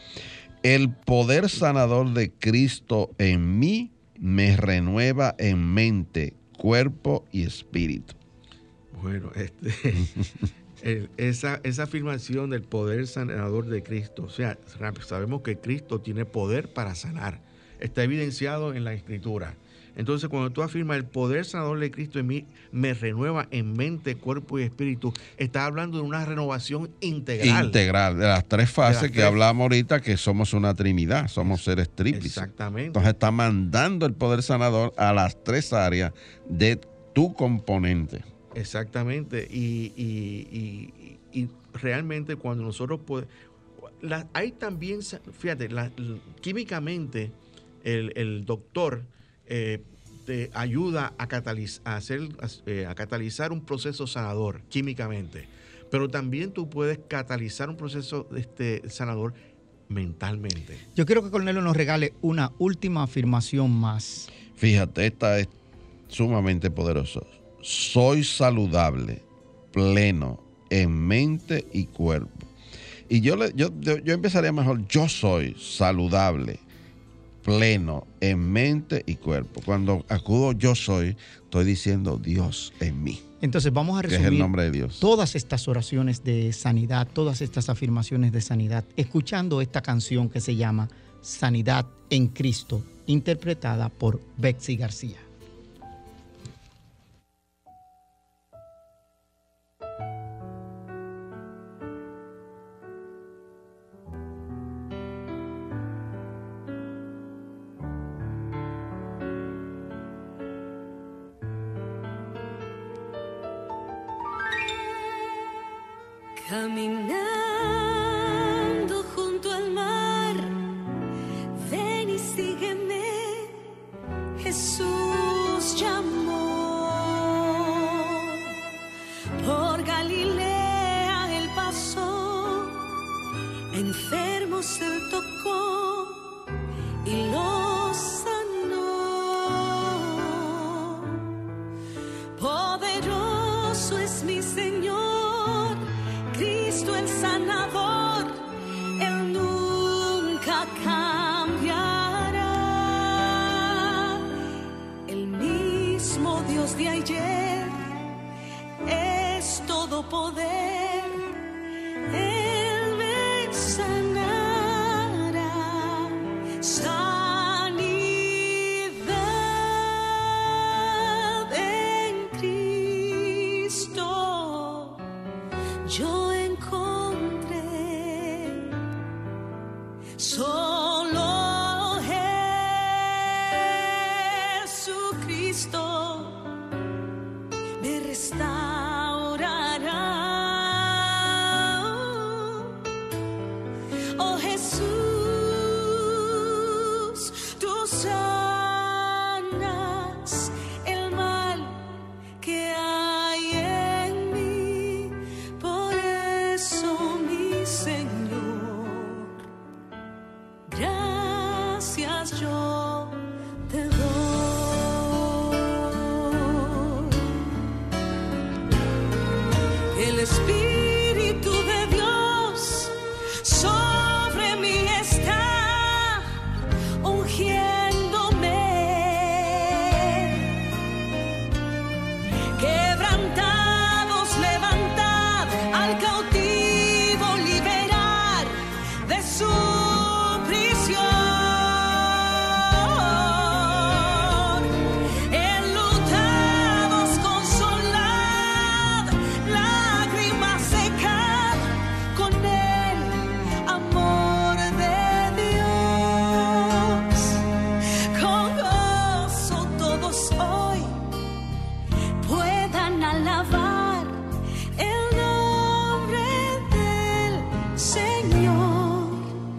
El poder sanador de Cristo en mí me renueva en mente, cuerpo y espíritu. Bueno, este, el, esa, esa afirmación del poder sanador de Cristo, o sea, sabemos que Cristo tiene poder para sanar. Está evidenciado en la Escritura. Entonces, cuando tú afirmas el poder sanador de Cristo en mí me renueva en mente, cuerpo y espíritu, estás hablando de una renovación integral. Integral, de las tres fases las que tres... hablamos ahorita, que somos una trinidad, somos seres tríplices. Exactamente. Entonces, está mandando el poder sanador a las tres áreas de tu componente. Exactamente. Y, y, y, y realmente cuando nosotros podemos... La, hay también, fíjate, la, químicamente el, el doctor... Eh, te ayuda a, cataliz- a, hacer, eh, a catalizar un proceso sanador químicamente, pero también tú puedes catalizar un proceso este, sanador mentalmente. Yo quiero que Cornelio nos regale una última afirmación más. Fíjate, esta es sumamente poderosa. Soy saludable, pleno, en mente y cuerpo. Y yo, le, yo, yo, yo empezaría mejor, yo soy saludable, pleno en mente y cuerpo. Cuando acudo yo soy, estoy diciendo Dios en mí. Entonces vamos a resumir que es el nombre de Dios. Todas estas oraciones de sanidad, todas estas afirmaciones de sanidad, escuchando esta canción que se llama Sanidad en Cristo, interpretada por Betsy García. Caminando junto al mar, ven y sígueme, Jesús llamó. Por Galilea él pasó, enfermos él tocó y los sanó. Poderoso es mi Señor, Cristo el sanador, Él nunca cambiará. El mismo Dios de ayer es todo poder, Él me sanará. Sanidad en Cristo yo encontré, solo Jesucristo me restaura. Espíritu de Dios sobre mí está, ungiéndome. Quebrantados levantad, al cautivo liberar de su prisión. Enlutados consolad, lágrimas secad con el amor de Dios. Con gozo todos hoy puedan alabar el nombre del Señor.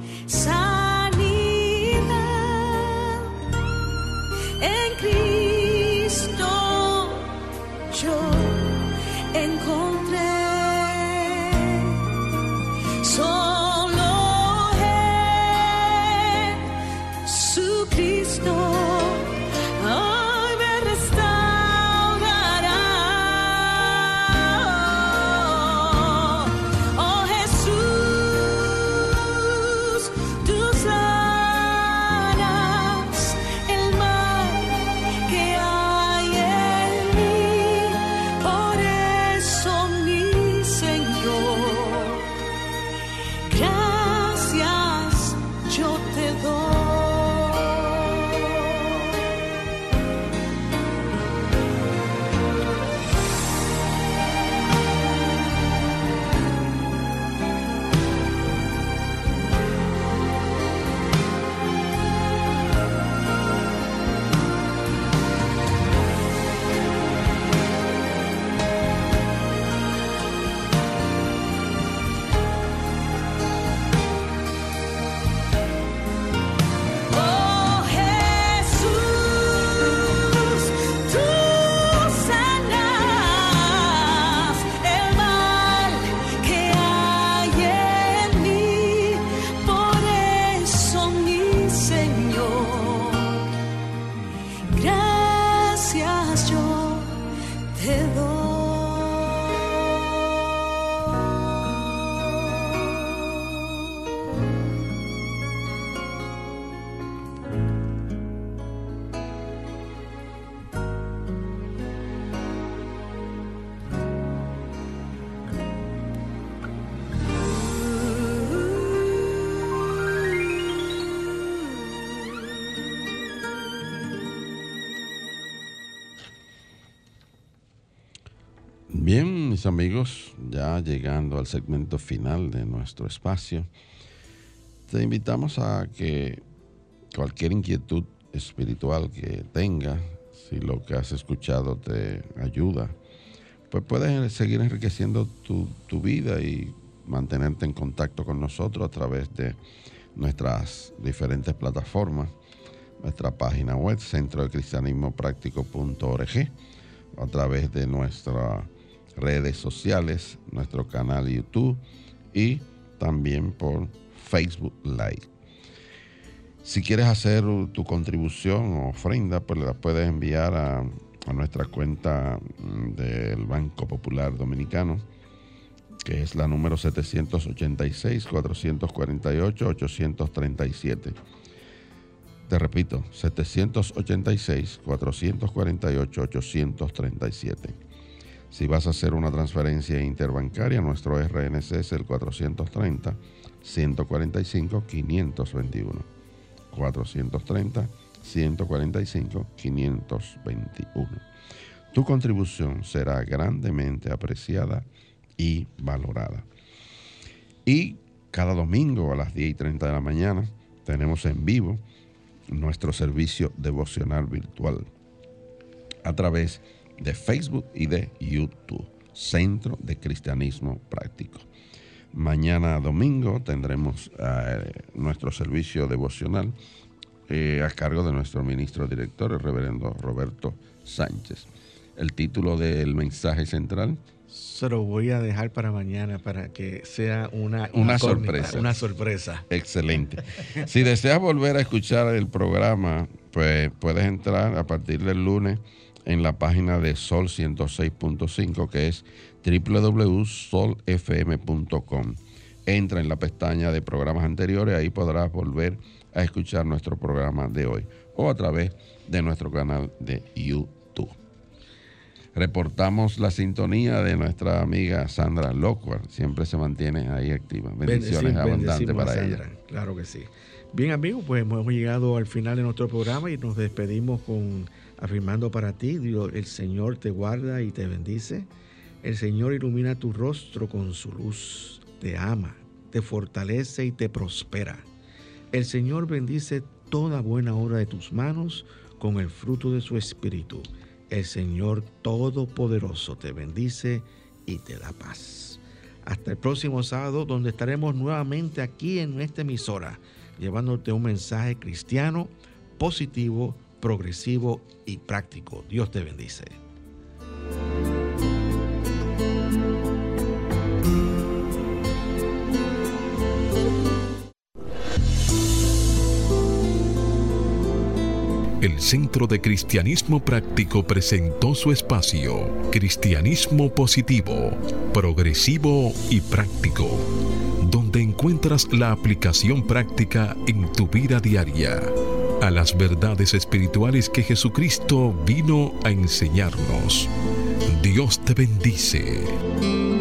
Sanidad en Cristo yo encontré. Solo Jesucristo hoy me restaurará. Oh Jesús, tú sanas el mal que hay en mí. Por eso, mi Señor, gracias yo te doy. Oh Jesús, tú sanas el mal que hay en mí. Por eso, mi Señor, gracias yo te Bien, mis amigos, ya llegando al segmento final de nuestro espacio, te invitamos a que cualquier inquietud espiritual que tengas, si lo que has escuchado te ayuda, pues puedes seguir enriqueciendo tu, tu vida y mantenerte en contacto con nosotros a través de nuestras diferentes plataformas, nuestra página web, centro de cristianismo práctico punto org, a través de nuestras redes sociales, nuestro canal YouTube y también por Facebook Live. Si quieres hacer tu contribución o ofrenda, pues la puedes enviar a, a nuestra cuenta del Banco Popular Dominicano, que es la número setecientos ochenta y seis, cuatrocientos cuarenta y ocho, ochocientos treinta y siete. Te repito, setecientos ochenta y seis, cuatrocientos cuarenta y ocho, ochocientos treinta y siete. Si vas a hacer una transferencia interbancaria, nuestro R N C es el cuatrocientos treinta, ciento cuarenta y cinco, quinientos veintiuno. cuatrocientos treinta, ciento cuarenta y cinco, quinientos veintiuno. Tu contribución será grandemente apreciada y valorada. Y cada domingo a las diez y treinta de la mañana tenemos en vivo nuestro servicio devocional virtual a través de Facebook y de YouTube, Centro de Cristianismo Práctico. Mañana domingo tendremos eh, nuestro servicio devocional eh, a cargo de nuestro ministro director, el reverendo Roberto Sánchez. El título del mensaje central: se lo voy a dejar para mañana para que sea una, una sorpresa. Una sorpresa. Excelente. Si deseas volver a escuchar el programa, pues puedes entrar a partir del lunes en la página de Sol ciento seis punto cinco, que es doble u doble u doble u punto sol f m punto com. Entra en la pestaña de programas anteriores, ahí podrás volver a escuchar nuestro programa de hoy o a través de nuestro canal de YouTube. Reportamos la sintonía de nuestra amiga Sandra Lockwood, siempre se mantiene ahí activa. Bendiciones abundantes para Sandra, ella. Claro que sí. Bien, amigos, pues hemos llegado al final de nuestro programa y nos despedimos con afirmando para ti: Dios, el Señor te guarda y te bendice. El Señor ilumina tu rostro con su luz, te ama, te fortalece y te prospera. El Señor bendice toda buena obra de tus manos con el fruto de su espíritu. El Señor Todopoderoso te bendice y te da paz. Hasta el próximo sábado, donde estaremos nuevamente aquí en esta emisora, llevándote un mensaje cristiano, positivo, progresivo y práctico. Dios te bendice. El Centro de Cristianismo Práctico presentó su espacio Cristianismo Positivo, Progresivo y Práctico, donde encuentras la aplicación práctica en tu vida diaria a las verdades espirituales que Jesucristo vino a enseñarnos. Dios te bendice.